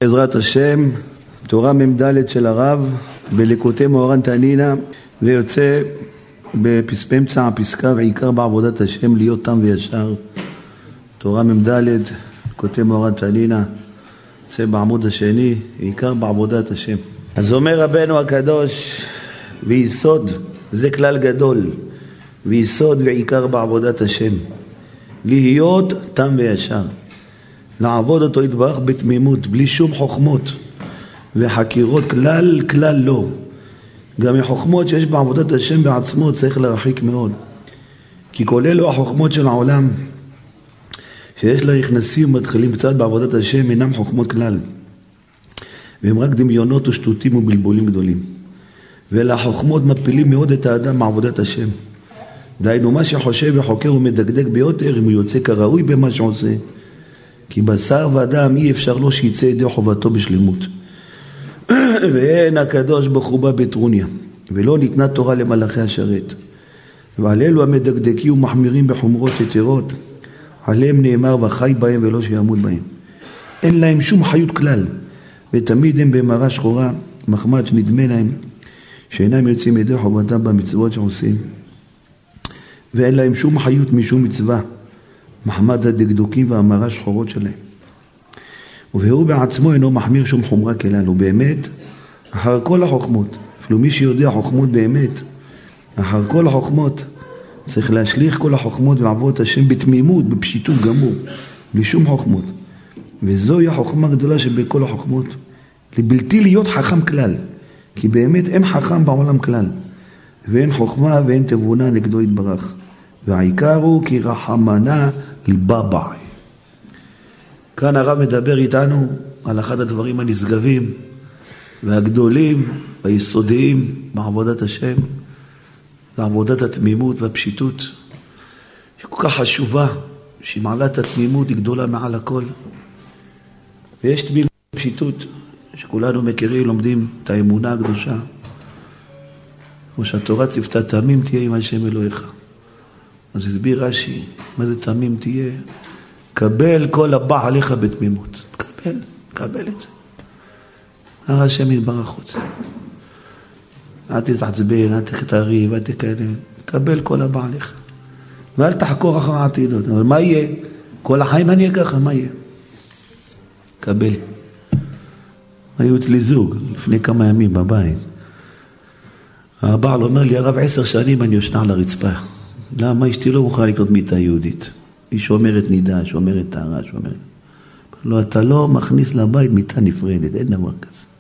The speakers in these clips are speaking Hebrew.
בעזרת השם, תורה מ"ד של הרב בליקוטי מוהר"ן תנינה, ויוצא באמצע הפסקה ועיקר בעבודת השם להיות תם וישר. תורה מ"ד, ליקוטי מוהר"ן תנינה, יוצא בעמוד השני, עיקר בעבודת השם. אז אומר רבנו הקדוש, ויסוד, זה כלל גדול, ויסוד ועיקר בעבודת השם, להיות תם וישר, לעבוד אותו יתברך בתמימות, בלי שום חוכמות וחקירות, כלל לא. גם החוכמות שיש בעבודת השם בעצמו צריך להרחיק מאוד, כי כל אלו החוכמות של העולם שיש לה נכנסים ומתחילים קצת בעבודת השם אינם חוכמות כלל, והם רק דמיונות ושטותים ובלבולים גדולים. ואלה החוכמות מפילים מאוד את האדם מעבודת השם. דהיינו, מה שחושב וחוקר ומדקדק ביותר, אם הוא יוצא כראוי במה שעושה, כי בשר ואדם אי אפשר לו שיצא ידי חובתו בשלמות. ואין הקדוש ברוך הוא בא בטרוניה, ולא ניתנה תורה למלאכי השרת, ועל אלו המדקדקים ומחמירים בחומרות יתרות, עליהם נאמר וחי בהם ולא שימות בהם. אין להם שום חיות כלל, ותמיד הם במראה שחורה, מחמד שנדמה להם שאינם יוצאים ידי חובתם במצוות שעושים, ואין להם שום חיות משום מצווה, מחמד הדקדוקים והמראה שחורות שלהם. והוא בעצמו אינו מחמיר שום חומרה כלל. ובאמת, אחר כל החוכמות, אפילו מי שיודע חוכמות באמת, אחר כל החוכמות צריך להשליך כל החוכמות ולעבוד את השם בתמימות, בפשיטות גמור, בלי שום חוכמות. וזוהי החוכמה הגדולה שבכל החוכמות, לבלתי להיות חכם כלל, כי באמת אין חכם בעולם כלל, ואין חוכמה ואין תבונה נגדו יתברך. והעיקר הוא כי רחמנה ליבבעי. כאן הרב מדבר איתנו על אחד הדברים הנשגבים והגדולים והיסודיים בעבודת השם, בעבודת התמימות והפשיטות, היא כל כך חשובה, שמעלת התמימות היא גדולה מעל הכל. ויש תמימות ופשיטות שכולנו מכירים, לומדים את האמונה הקדושה, כמו שהתורה ציוותה, תמים תהיה עם השם אלוהיך. אז הסביר רש"י, מה זה תמים תהיה? קבל כל הבא עליך בתמימות. קבל את זה. הר השם יתברך רוצה. אל תתעצבן, אל תריב, אל תכאלה. קבל כל הבא עליך. ואל תחקור אחר העתידות. אבל מה יהיה? כל החיים אני אהיה ככה, מה יהיה? קבל. היו אצלי זוג, לפני כמה ימים בבית. הבעל אומר לי, הרב 10 שנים אני יושנה על הרצפה. למה? אשתי לא מוכנה לקנות מיטה יהודית. היא שומרת נידה, שומרת טהרה, שומרת. לא, אתה לא מכניס לבית מיטה נפרדת, אין דבר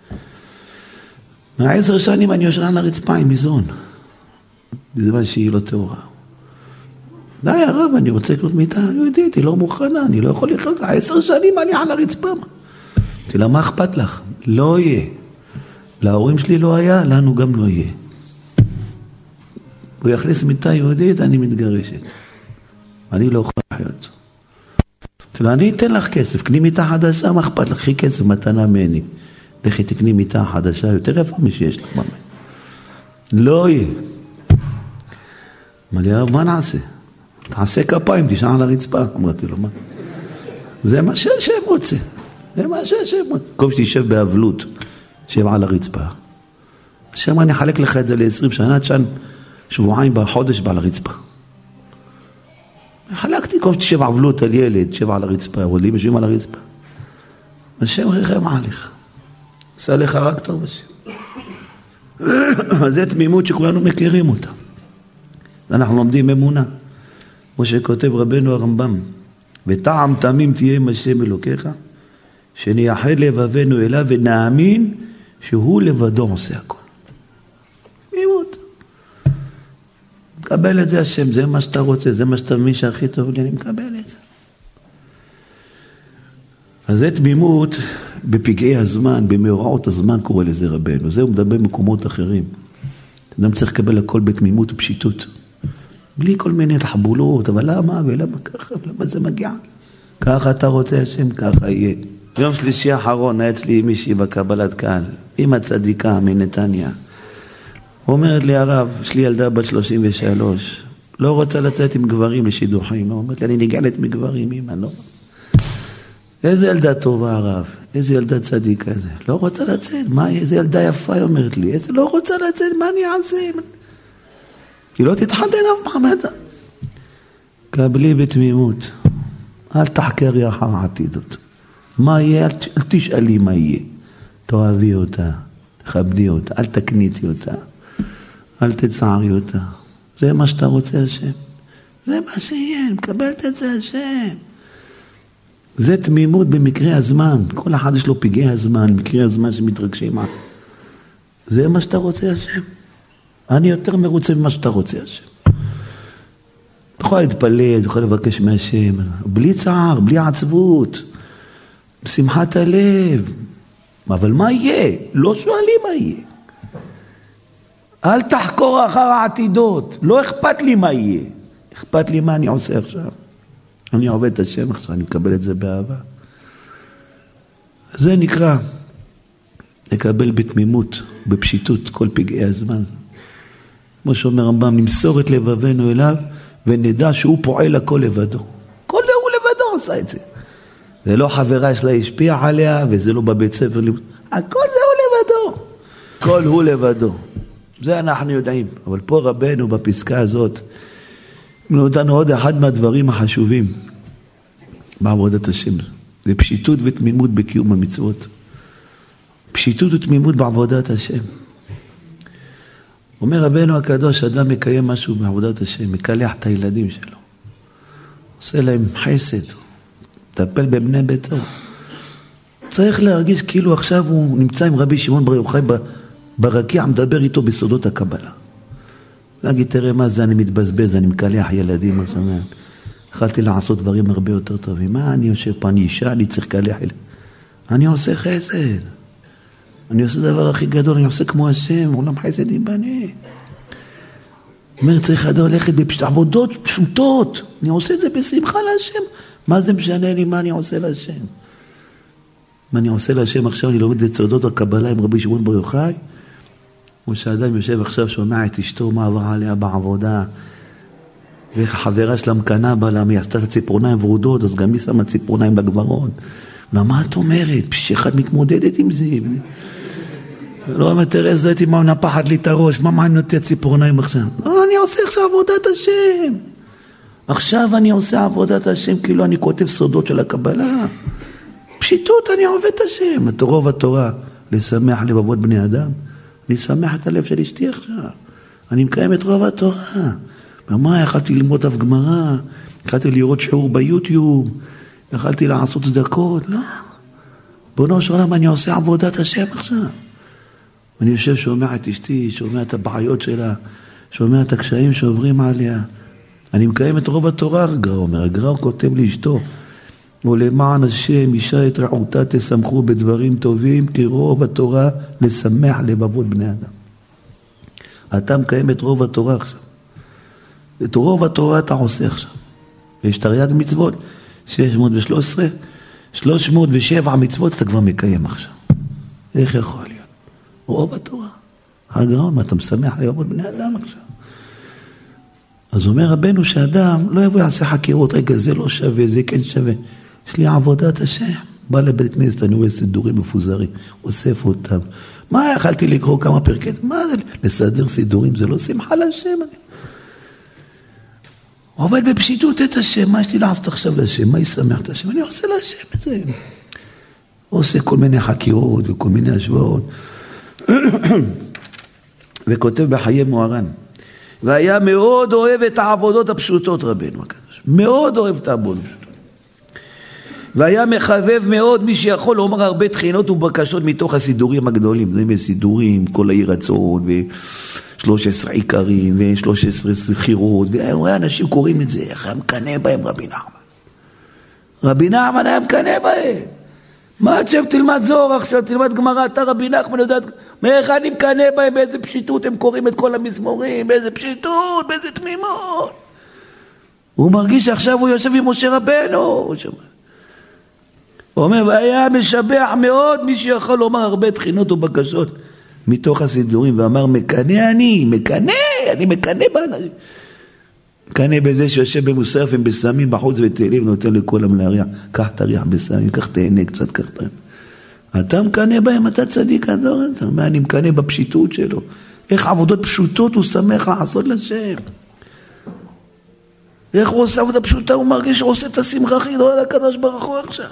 כזה. 10 שנים אני יושנה על הרצפה עם מזון. בזמן שהיא לא טהורה. די הרב, אני רוצה לקנות מיטה יהודית, היא לא מוכנה, אני לא יכול לקנות. 10 שנים אני על הרצפה. אמרתי לה, מה אכפת לך? לא יהיה. להורים שלי לא היה, לנו גם לא יהיה. הוא יכניס מיטה יהודית, אני מתגרשת. אני לא יכול לחיות. אני אתן לך כסף, קני מיטה חדשה, מה אכפת לך? קחי כסף, מתנה ממני. לכי תקני מיטה חדשה, יותר יפה משיש לך ממני. לא יהיה. אמר לי, מה נעשה? תעשה כפיים, תשעה על הרצפה. אמרתי לו, מה? זה מה שהשם רוצה. זה מה שהשם רוצה. כל שתישב באבלות, תשב על הרצפה. השם, אני אחלק לך את זה ל-20 שנה, תשען שבועיים בחודש בעל הרצפה. חלקתי כל שתשב עבלות על ילד, תשב על הרצפה, עולים יושבים על הרצפה. השם ריחם עליך. עושה לך רק טוב השם. אז זה תמימות שכולנו מכירים אותה. אנחנו לומדים אמונה. כמו שכותב רבנו הרמב"ם, וטעם תמים תהיה עם השם אלוקיך, שנייחד לבבנו אליו ונאמין שהוא לבדו עושה הכל. תמימות. מקבל את זה השם, זה מה שאתה רוצה, זה מה שאתה מבין שהכי טוב לי, אני מקבל את זה. אז זה תמימות בפגעי הזמן, במאורעות הזמן קורא לזה רבנו. זה הוא מדבר במקומות אחרים. אדם צריך לקבל הכל בתמימות ופשיטות. בלי כל מיני תחבולות, אבל למה ולמה ככה, ולמה זה מגיע? ככה אתה רוצה השם, ככה יהיה. יום שלישי האחרון היה אצלי מישהי בקבלת קהל, אמא צדיקה מנתניה. אומרת לי, הרב, יש לי ילדה בת 33, לא רוצה לצאת עם גברים לשידוכים. אומרת לי, אני נגעלת מגברים, אמא, לא. איזה ילדה טובה הרב, איזה ילדה צדיקה זה. לא רוצה לצאת, מה, איזה ילדה יפה היא אומרת לי, איזה לא רוצה לצאת, מה אני אעשה? היא לא תתחתן אף פעם. קבלי בתמימות, אל תחקרי אחר העתידות. מה יהיה? אל תשאלי מה יהיה. תאהבי אותה, תכבדי אותה, אל תקניתי אותה, אל תצערי אותה. זה מה שאתה רוצה השם. זה מה שיהיה, מקבלת את זה השם. זה תמימות במקרה הזמן. כל אחד יש לו פגעי הזמן, מקרה הזמן שמתרגשים. זה מה שאתה רוצה השם. אני יותר מרוצה ממה שאתה רוצה השם. אתה יכול להתפלל, אתה יכול לבקש מהשם, בלי צער, בלי עצבות, בשמחת הלב. אבל מה יהיה? לא שואלים מה יהיה. אל תחקור אחר העתידות. לא אכפת לי מה יהיה. אכפת לי מה אני עושה עכשיו. אני עובד את השם עכשיו, אני מקבל את זה באהבה. זה נקרא לקבל בתמימות, בפשיטות, כל פגעי הזמן. כמו שאומר רמב"ם, נמסור את לבבנו אליו, ונדע שהוא פועל הכל לבדו. כל הוא לבדו עושה את זה. זה לא חברה שלה השפיע עליה, וזה לא בבית ספר. הכל זה הוא לבדו. כל הוא לבדו. זה אנחנו יודעים. אבל פה רבנו בפסקה הזאת, נותנו עוד אחד מהדברים החשובים בעבודת השם. זה פשיטות ותמימות בקיום המצוות. פשיטות ותמימות בעבודת השם. אומר רבנו הקדוש, אדם מקיים משהו בעבודת השם, מקלח את הילדים שלו. עושה להם חסד, מטפל בבני ביתו. צריך להרגיש כאילו עכשיו הוא נמצא עם רבי שמעון בר יוחאי ברקיע, מדבר איתו בסודות הקבלה. להגיד, תראה מה זה, אני מתבזבז, אני מקלח ילדים. יכלתי לעשות דברים הרבה יותר טובים. מה אני יושב פה, אני אישה, אני צריך לקלח ילדים. אני עושה חסד. אני עושה דבר הכי גדול, אני עושה כמו השם, עולם חסד עם בני. אומר, צריך ללכת בעבודות פשוטות. אני עושה את זה בשמחה להשם. מה זה משנה לי מה אני עושה להשם? מה אני עושה להשם עכשיו, אני לומד את סודות הקבלה עם רבי שמעון בר יוחאי. כמו שאדם יושב עכשיו, שומע את אשתו, מה עבר עליה בעבודה, ואיך החברה שלה מקנה בה, למה היא עשתה את הציפורניים ורודות, אז גם היא שמה ציפורניים בגברון. מה את אומרת? שאחד מתמודדת עם זה. לא אומר, תראה, זאתי מה נפחת לי את הראש, מה אני נותן ציפורניים עכשיו? לא, אני עושה עכשיו עבודת השם. עכשיו אני עושה עבודת השם, כאילו אני כותב סודות של הקבלה. פשיטות, אני עובד את השם. את רוב התורה, לשמח לבבות בני אדם. אני שמח את הלב של אשתי עכשיו. אני מקיים את רוב התורה. ומה, יכלתי ללמוד אף גמרא, יכלתי לראות שיעור ביוטיוב, יכלתי לעשות צדקות, לא. בונו של עולם, אני עושה עבודת השם עכשיו. אני יושב, שומע את אשתי, שומע את הבעיות שלה, שומע את הקשיים שעוברים עליה. אני מקיים את רוב התורה, הגר"א אומר. הגר"א כותב לאשתו, ולמען השם אישה את רעותה תשמחו בדברים טובים, כי רוב התורה לשמח לבבות בני אדם. אתה מקיים את רוב התורה עכשיו. את רוב התורה אתה עושה עכשיו. ויש תרי"ג מצוות, 613, 307 מצוות אתה כבר מקיים עכשיו. איך יכול להיות? רוב התורה. הגר"א, מה אתה משמח לבבות בני אדם עכשיו? אז אומר רבנו שאדם לא יבוא יעשה חקירות, רגע זה לא שווה, זה כן שווה. יש לי עבודת השם. בא לבית כנסת, אני רואה סידורים מפוזרים, אוסף אותם. מה יכלתי לקרוא כמה פרקי? מה זה? לסדר סידורים, זה לא שמחה להשם. עובד בפשיטות את השם, מה יש לי לעשות עכשיו להשם? מה ישמח את השם? אני עושה להשם את זה. עושה כל מיני חקירות וכל מיני השוואות. וכותב בחיי מוהר"ן. והיה מאוד אוהב את העבודות הפשוטות רבנו הקדוש. מאוד אוהב את העבודות הפשוטות. והיה מחבב מאוד מי שיכול לומר הרבה תחינות ובקשות מתוך הסידורים הגדולים. זה סידורים, כל העיר רצון, ו13 עיקרים, ו13 סחירות, ואנשים קוראים את זה, איך היה מקנה בהם רבי נחמן. רבי נחמן היה מקנה בהם. מה עכשיו תלמד זוהר עכשיו, תלמד גמרא, אתה רבי נחמן יודעת, איך אני מקנה בהם, באיזה פשיטות הם קוראים את כל המזמורים, באיזה פשיטות, באיזה תמימות. הוא מרגיש שעכשיו הוא יושב עם משה רבנו, הוא אומר, והיה משבח מאוד מי שיכול לומר הרבה תחינות ובקשות מתוך הסידורים, ואמר, מקנה אני מקנה באנשים. קנה בזה שיושב במוסף עם בסמים בחוץ ותהילים ונותן לכולם להריח. קח תריח בסמים, קח תהנה קצת, קח תהנה. אתה מקנה בהם, אתה צדיק הדור, אני מקנה בפשיטות שלו. איך עבודות פשוטות הוא שמח לעשות לשם. איך הוא עושה עבודה פשוטה, הוא מרגיש שהוא עושה את השמחה הכי גדולה לקדוש ברוך הוא עכשיו.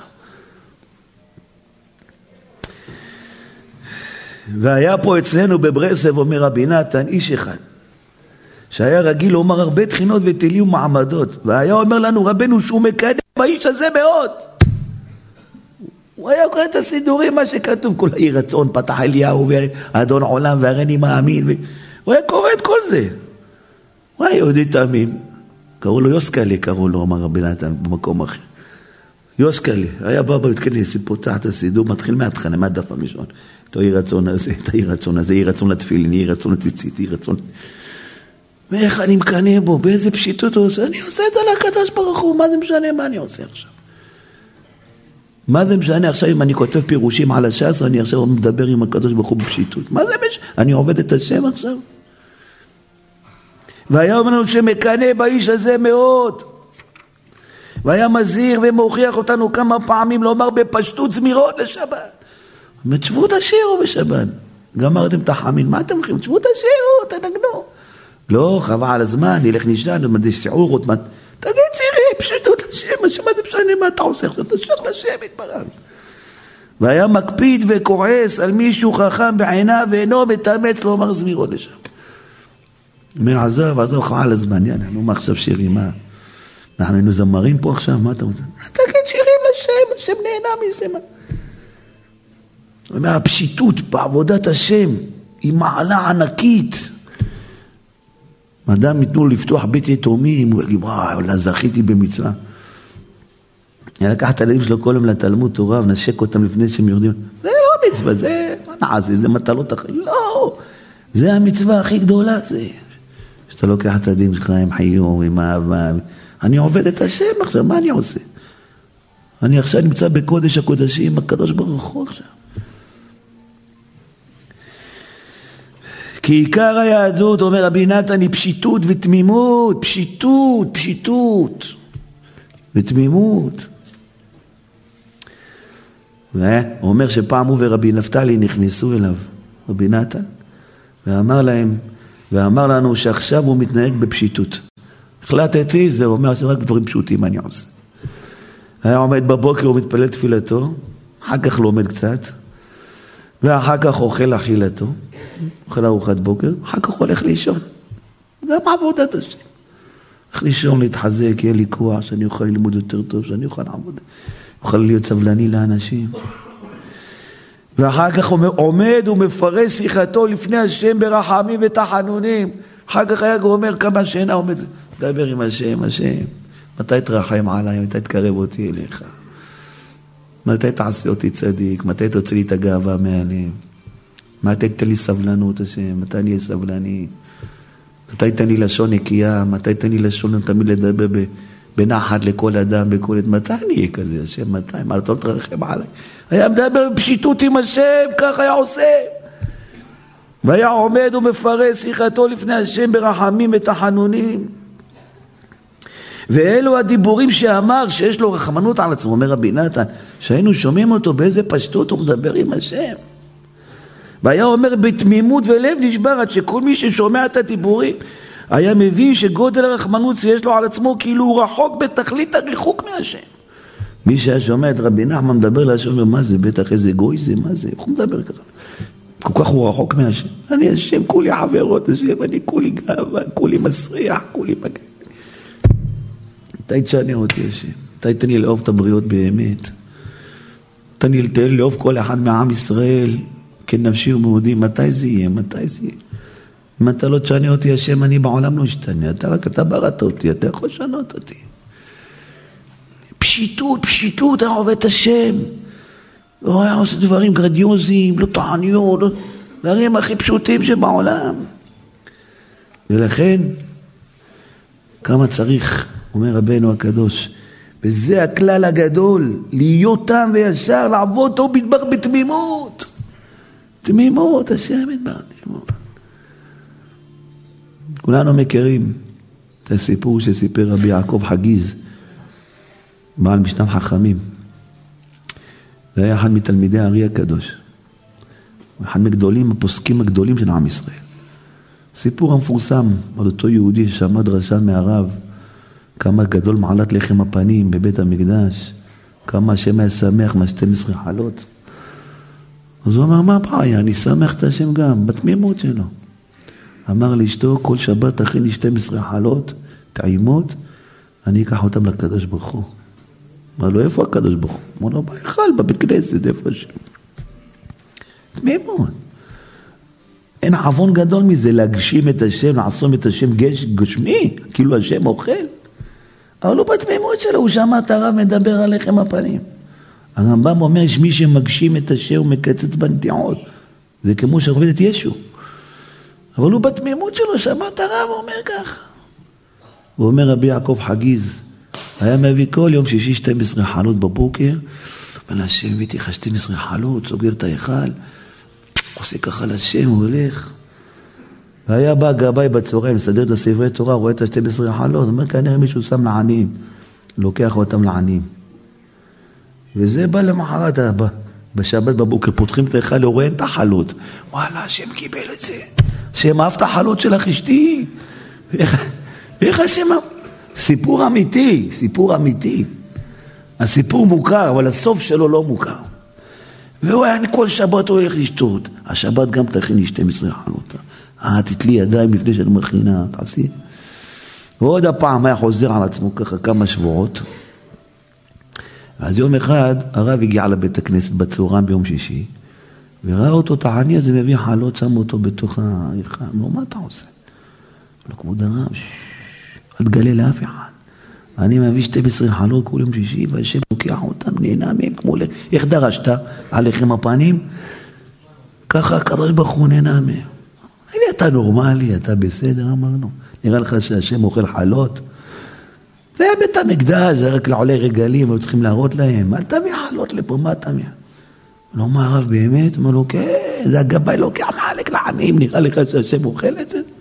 והיה פה אצלנו בברסלב, אומר רבי נתן, איש אחד, שהיה רגיל לומר הרבה תחינות ותהילים ומעמדות, והיה אומר לנו רבנו שהוא מקדם באיש הזה מאוד. הוא היה קורא את הסידורים, מה שכתוב, כל יהי רצון, פתח אליהו ואדון עולם והריני מאמין, הוא היה קורא את כל זה. הוא היה יהודי תמים, קראו לו יוסקלה, קראו לו, אמר רבי נתן במקום אחר. יוסקלה, היה בא בבית כנסת, פותח את הסידור, מתחיל מההתחלה, מהדף הראשון. לא יהי רצון הזה, את יהי רצון הזה, יהי רצון לתפילין, יהי רצון לציצית, יהי רצון... ואיך אני מקנה בו, באיזה פשיטות הוא עושה? אני עושה את זה לקדוש ברוך הוא, מה זה משנה מה אני עושה עכשיו? מה זה משנה עכשיו אם אני כותב פירושים על הש"ס, אני עכשיו מדבר עם הקדוש ברוך הוא בפשיטות? מה זה משנה? אני עובד את השם עכשיו? והיה אומר לנו שמקנה באיש הזה מאוד, והיה מזהיר ומוכיח אותנו כמה פעמים לומר בפשטות זמירות לשבת. תשבו תשירו בשבת. גמרתם את החמין, מה אתם הולכים? תשבו תשירו, תנגנו. לא, חבל על הזמן, נלך נשען, שיעורות, תגיד שירי, פשיטות לשם, מה זה משנה מה אתה עושה עכשיו? תשאר לשם יתברר. והיה מקפיד וכועס על מישהו חכם בעיניו ואינו מתאמץ לומר זמירות לשם. עזוב, חבל על הזמן, אנחנו מה עכשיו שירים, מה? אנחנו היינו זמרים פה עכשיו, מה אתה רוצה? תגיד שירים לשם, השם נהנה מזה, מה? מהפשיטות בעבודת השם היא מעלה ענקית. אדם יתנו לפתוח בית יתומים, הוא יגיד, וואו, זכיתי במצווה. אני לקח את הילדים שלו כל יום לתלמוד תורה ונשק אותם לפני שהם יורדים. זה לא מצווה, זה מה נעשה, זה מטלות אחרות. לא, זה המצווה הכי גדולה, זה. שאתה לוקח את הילדים שלך עם חיום, עם אהבה. אני עובד את השם עכשיו, מה אני עושה? אני עכשיו נמצא בקודש הקודשים, הקדוש ברוך הוא עכשיו. כי עיקר היהדות, אומר רבי נתן, היא פשיטות ותמימות, פשיטות ותמימות. הוא אומר שפעם הוא ורבי נפתלי נכנסו אליו, רבי נתן, ואמר לנו שעכשיו הוא מתנהג בפשיטות. החלטתי, זה אומר שרק דברים פשוטים אני עושה. היה עומד בבוקר, הוא מתפלל תפילתו, אחר כך לומד קצת, ואחר כך אוכל אכילתו, אוכל ארוחת בוקר, אחר כך הולך לישון. גם עבודת השם. הולך לישון, להתחזק, יהיה לי כוח, שאני אוכל ללמוד יותר טוב, שאני אוכל לעבוד, אוכל להיות סבלני לאנשים. ואחר כך עומד ומפרש שיחתו לפני השם ברחמים ותחנונים. אחר כך היה אומר כמה שינה עומד, דבר עם השם, מתי תרחם עליי, מתי תקרב אותי אליך? מתי תעשה אותי צדיק? מתי תוצא לי את הגאווה מהלב? מתי תתן לי סבלנות השם? מתי אני אהיה סבלני? מתי תתן לי לשון נקייה? מתי תתן לי לשון תמיד לדבר בנחת לכל אדם, בכל עת? מתי אני אהיה כזה השם? מתי? מה אתה לא תרחם עליי? היה מדבר בפשיטות עם השם, כך היה עושה. והיה עומד ומפרש שיחתו לפני השם ברחמים ותחנונים. ואלו הדיבורים שאמר שיש לו רחמנות על עצמו, אומר רבי נתן, שהיינו שומעים אותו באיזה פשטות הוא מדבר עם השם. והיה אומר בתמימות ולב נשבר, עד שכל מי ששומע את הדיבורים היה מבין שגודל הרחמנות שיש לו על עצמו כאילו הוא רחוק בתכלית הריחוק מהשם. מי שהיה שומע את רבי נחמן מדבר להשם, אומר מה זה, בטח איזה גוי זה, מה זה, איך הוא מדבר ככה? כל כך הוא רחוק מהשם. אני השם כולי עבירות, השם אני כולי גאווה, כולי מסריח, כולי מגע. מתי תשנה אותי השם? מתי תן לי לאהוב את הבריות באמת? תן לי לאהוב כל אחד מעם ישראל כנפשי ומאודי. מתי זה יהיה? אם אתה לא תשנה אותי השם, אני בעולם לא אשתנה. אתה בראת אותי, אתה יכול לשנות אותי. פשיטות, אני עובד את השם. לא היה עושה דברים גרדיוזיים, לא תעניות, דברים הכי פשוטים שבעולם. ולכן, כמה צריך, אומר רבנו הקדוש, וזה הכלל הגדול, להיות תם וישר, לעבוד אותו בדבר בתמימות. תמימות, השם יתברך, תמימות. כולנו מכירים את הסיפור שסיפר רבי יעקב חגיז, בעל משנת חכמים. זה היה אחד מתלמידי הארי הקדוש. אחד מגדולים, הפוסקים הגדולים של עם ישראל. סיפור המפורסם על אותו יהודי ששמע דרשה מהרב, כמה גדול מעלת לחם הפנים בבית המקדש, כמה השם היה שמח מה-12 חלות. אז הוא אמר, מה הבעיה? אני שמח את השם גם, בתמימות שלו. אמר לאשתו, כל שבת תכין לי 12 חלות, טעימות, אני אקח אותם לקדוש ברוך הוא. אמר לו, איפה הקדוש ברוך הוא? אמר לו, בהיכל, בבית כנסת, איפה השם? תמימות. אין עוון גדול מזה, להגשים את השם, לעשות את השם גשמי, כאילו השם אוכל. אבל לא בתמימות שלו, הוא שמע את הרב מדבר על לחם הפנים. הרמב"ם אומר שמי שמגשים את השם הוא מקצץ בנטיעות. זה כמו שעובד את ישו. אבל הוא בתמימות שלו, שמע את הרב, הוא אומר כך. הוא אומר רבי יעקב חגיז, היה מביא כל יום שישי 12 חלות בבוקר, אבל השם הביא לך 12 חלות, סוגר את ההיכל, עושה ככה לשם, הוא הולך. והיה בא גבאי בצהריים, מסדר את הספרי תורה, רואה את ה-12 חלות, אומר כנראה מישהו שם לעניים, לוקח אותם לעניים. וזה בא למחרת, בשבת בבוקר, פותחים את ההיכל, רואה את החלות. וואלה, השם קיבל את זה. השם אהב את החלות שלך אשתי. איך השם... סיפור אמיתי, סיפור אמיתי. הסיפור מוכר, אבל הסוף שלו לא מוכר. והוא היה כל שבת הוא הולך לשתות. השבת גם תכין לי 12 חלות. תתלי ידיים לפני שאני מכינה, תעשי. ועוד הפעם היה חוזר על עצמו ככה כמה שבועות. אז יום אחד הרב הגיע לבית הכנסת בצהריים ביום שישי, וראה אותו, תעני הזה מביא חלות, שם אותו בתוך ההיכל. אמרו, מה אתה עושה? לא כבוד הרב, אל תגלה לאף אחד. אני מביא 12 חלות כל יום שישי, והשם לוקח אותם, נהנה מהם כמו... איך דרשת? על לחם הפנים? ככה הקדוש ברוך הוא נהנה מהם. אתה נורמלי, אתה בסדר, אמרנו. נראה לך שהשם אוכל חלות? זה היה בית המקדש, זה רק לעולי רגלים, הם צריכים להראות להם. אל תביא חלות לפה, מה אתה מבין? לא, מה הרב באמת? אמר לו, כן, זה הגבאי לוקח מחלק לעניים, נראה לך שהשם אוכל את זה?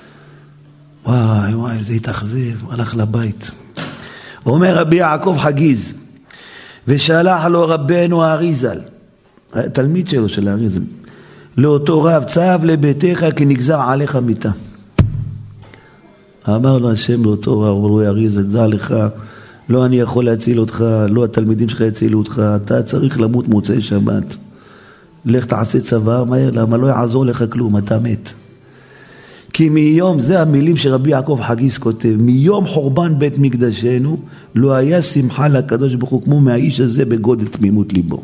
וואי, וואי, זה התאכזב, הלך לבית. אומר רבי יעקב חגיז, ושלח לו רבנו האריזל, תלמיד שלו של האריזל, לאותו רב, צו לביתך כי נגזר עליך מיתה. אמר לו השם לאותו רב, אמר לו האריזל, דע לך, לא אני יכול להציל אותך, לא התלמידים שלך יצילו אותך, אתה צריך למות מוצאי שבת. לך תעשה צבא מהר, למה לא יעזור לך כלום, אתה מת. כי מיום, זה המילים שרבי יעקב חגיז כותב, מיום חורבן בית מקדשנו, לא היה שמחה לקדוש ברוך הוא כמו מהאיש הזה בגודל תמימות ליבו.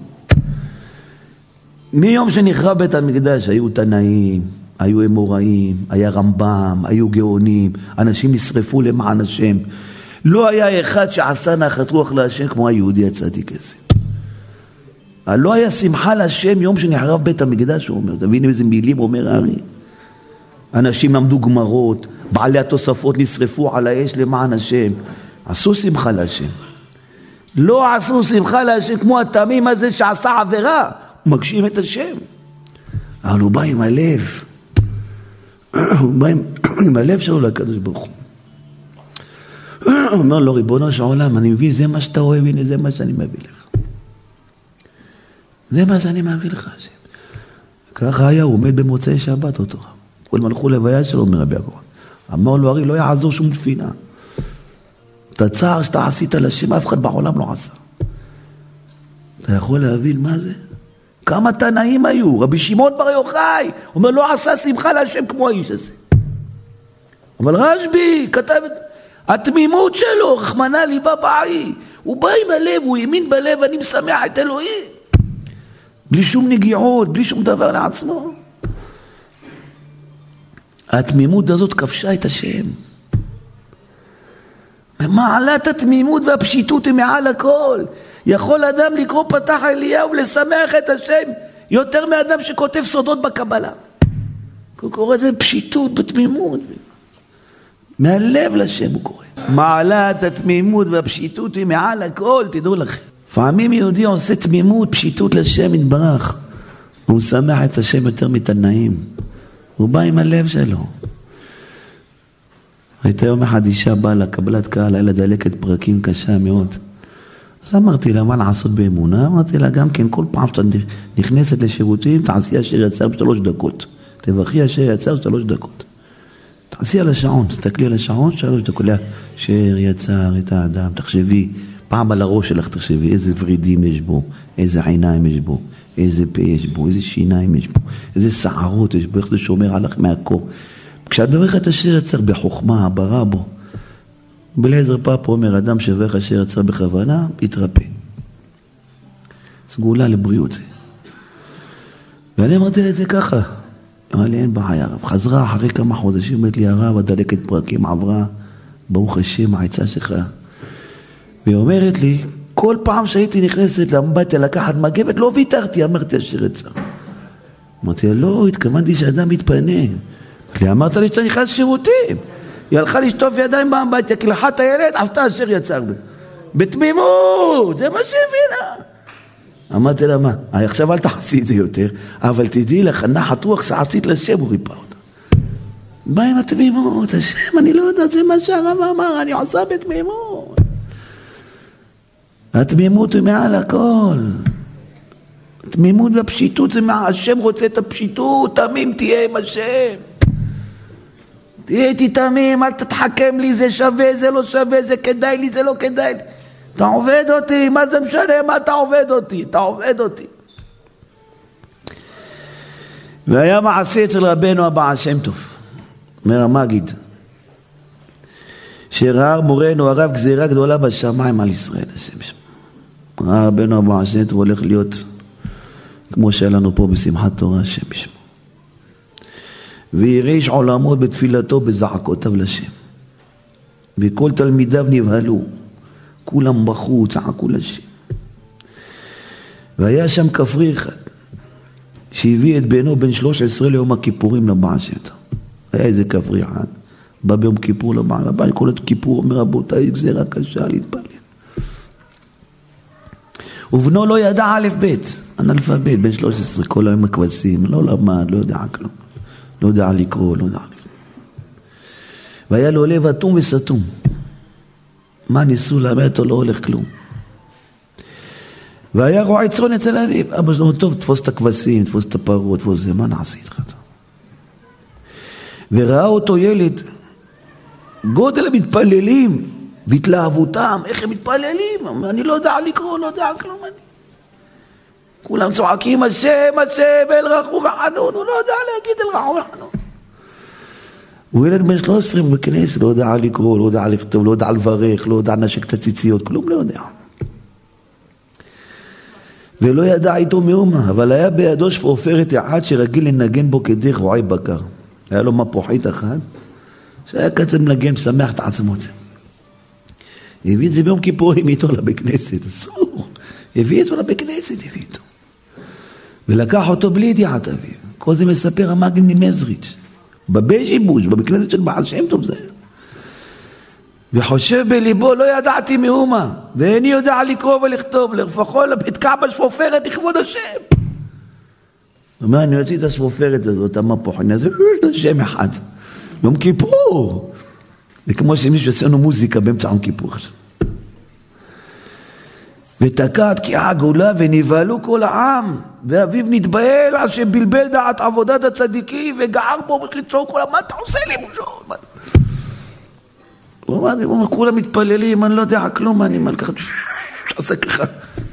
מיום שנחרב בית המקדש, היו תנאים, היו אמוראים, היה רמב"ם, היו גאונים, אנשים נשרפו למען השם. לא היה אחד שעשה נחת רוח להשם כמו היהודי הצדיק הזה. לא היה שמחה להשם יום שנחרב בית המקדש, הוא אומר, תבין איזה מילים אומר הארי. אנשים למדו גמרות, בעלי התוספות נשרפו על האש למען השם. עשו שמחה להשם. לא עשו שמחה להשם כמו התמים הזה שעשה עבירה. הוא מגשים את השם. אבל הוא בא עם הלב. הוא בא עם הלב שלו לקדוש ברוך הוא. הוא אומר לו, ריבונו של עולם, אני מביא, זה מה שאתה אוהב, הנה זה מה שאני מביא לך. זה מה שאני מביא לך, השם. ככה היה, הוא עומד במוצאי שבת אותו. כולם הלכו לוויה שלו, אומר רבי יעקב. אמר לו, הרי לא יעזור שום תפילה. את הצער שאתה עשית לשם, אף אחד בעולם לא עשה. אתה יכול להבין מה זה? כמה תנאים היו, רבי שמעון בר יוחאי, אומר, לא עשה שמחה להשם כמו האיש הזה. אבל רשב"י כתב את התמימות שלו, רחמנא ליבא בעי, הוא בא עם הלב, הוא האמין בלב, אני משמח את אלוהים. בלי שום נגיעות, בלי שום דבר לעצמו. התמימות הזאת כבשה את השם. מעלת התמימות והפשיטות היא מעל הכל. יכול אדם לקרוא פתח אליהו ולשמח את השם יותר מאדם שכותב סודות בקבלה. הוא קורא זה פשיטות בתמימות. מהלב לשם הוא קורא. מעלת התמימות והפשיטות היא מעל הכל, תדעו לכם. פעמים יהודי עושה תמימות, פשיטות לשם יתברך. הוא שמח את השם יותר מתנאים. הוא בא עם הלב שלו. הייתה יום אחד אישה באה לקבלת קהל, היה לה דלקת פרקים קשה מאוד. אז אמרתי לה, מה לעשות באמונה? אמרתי לה, גם כן, כל פעם שאתה נכנסת לשירותים, תעשי אשר יצר 3 דקות. תברכי אשר יצר 3 דקות. תעשי על השעון, תסתכלי על השעון, 3 דקות. אשר יצר את האדם, תחשבי, פעם על הראש שלך תחשבי, איזה ורידים יש בו, איזה עיניים יש בו, איזה פה יש בו, איזה שיניים יש בו, איזה שערות יש בו, איך זה שומר עליך מהקור. כשאת מברכת אשר יצר בחוכמה, ברא בו, בלעזר פאפו אומר, אדם שברך אשר יצר בכוונה, יתרפא. סגולה לבריאות זה. ואני אמרתי לה את זה ככה. אמרה לי, אין בעיה, הרב. חזרה אחרי כמה חודשים, אמרת לי, הרב, הדלקת פרקים עברה, ברוך השם, העצה שלך. והיא אומרת לי, כל פעם שהייתי נכנסת לאמבטיה לקחת מגבת, לא ויתרתי, אמרתי אשר יצר. אמרתי לה, לא, התכוונתי שאדם מתפנה. אמרת לי שאתה נכנס שירותים. היא הלכה לשטוף ידיים באמבטיה, קלחת הילד, עשתה אשר יצר בי. בתמימות, זה מה שהבינה. אמרתי לה, מה? עכשיו אל תעשי את זה יותר, אבל תדעי לך, נחת רוח שעשית לשם, הוא ריפא אותה. מה עם התמימות? השם, אני לא יודע, זה מה שהרב אמר, אני עושה בתמימות. התמימות היא מעל הכל. התמימות והפשיטות זה מעל, השם רוצה את הפשיטות, תמים תהיה עם השם. תהיה איתי תמים, אל תתחכם לי, זה שווה, זה לא שווה, זה כדאי לי, זה לא כדאי לי. אתה עובד אותי, מה זה משנה, מה אתה עובד אותי? אתה עובד אותי. והיה מעשה אצל רבנו הבעל שם טוב, אומר המגיד, שראה מורנו הרב גזירה גדולה בשמיים על ישראל, השם שם. ראה רבנו הבעל שם טוב הולך להיות כמו שהיה לנו פה בשמחת תורה, השם שם. ויריש עולמות בתפילתו בזעקותיו לשם. וכל תלמידיו נבהלו. כולם בחו, צעקו לשם. והיה שם כפרי אחד, שהביא את בנו בן 13 ליום הכיפורים לבעל שם טוב. היה איזה כפרי אחד, בא ביום כיפור לבעל, הבא כל הכיפור אומר, רבותיי, גזירה קשה להתפלל. ובנו לא ידע א' ב', אנאלפבית, בן 13, כל היום הכבשים, לא למד, לא יודע כלום. לא יודע לקרוא, לא יודע לקרוא. והיה לו לב אטום וסתום. מה ניסו ללמד אותו, לא הולך כלום. והיה רועה צאן אצל אביו. אבא שלו, טוב, תפוס את הכבשים, תפוס את הפרות, תפוס זה, מה נעשה איתך? וראה אותו ילד, גודל המתפללים, והתלהבותם, איך הם מתפללים? אני לא יודע לקרוא, לא יודע כלום. כולם צועקים, השם, השם, אל רחום וחנון, הוא לא יודע להגיד אל רחום וחנון. הוא ילד בן 13 בכנסת, לא יודע לקרוא, לא יודע לכתוב, לא יודע לברך, לא יודע נשק את הציציות, כלום לא יודע. ולא ידע איתו מאומה, אבל היה בידו שפופרת אחד שרגיל לנגן בו כדי רועי בקר. היה לו מפוחית אחת, שהיה קצת מנגן, שמח את עצמו. הביא את זה ביום כיפורים איתו לבית כנסת, אסור. הביא אותו לבית כנסת, הביא איתו. ולקח אותו בלי ידיעת אביו. כל זה מספר המגד ממזריץ'. בבית שיבוש, בבית כנסת של בעל שם טוב זה. וחושב בליבו, לא ידעתי מאומה, ואיני יודע לקרוא ולכתוב, לפחות לתקע בשפופרת לכבוד השם. הוא אומר, אני יוציא את השפופרת הזאת, המפוחית, אז יש שם אחד. יום כיפור. זה כמו שמישהו עושה לנו מוזיקה באמצע יום כיפור. ותקע תקיעה גדולה ונבהלו כל העם, ואביו נתבהל על שבלבל דעת עבודת הצדיקים וגער בו בחיצו כל העם. מה אתה עושה לי מושון? הוא אומר, כולם מתפללים, אני לא יודע כלום, אני מלכת, עושה ככה.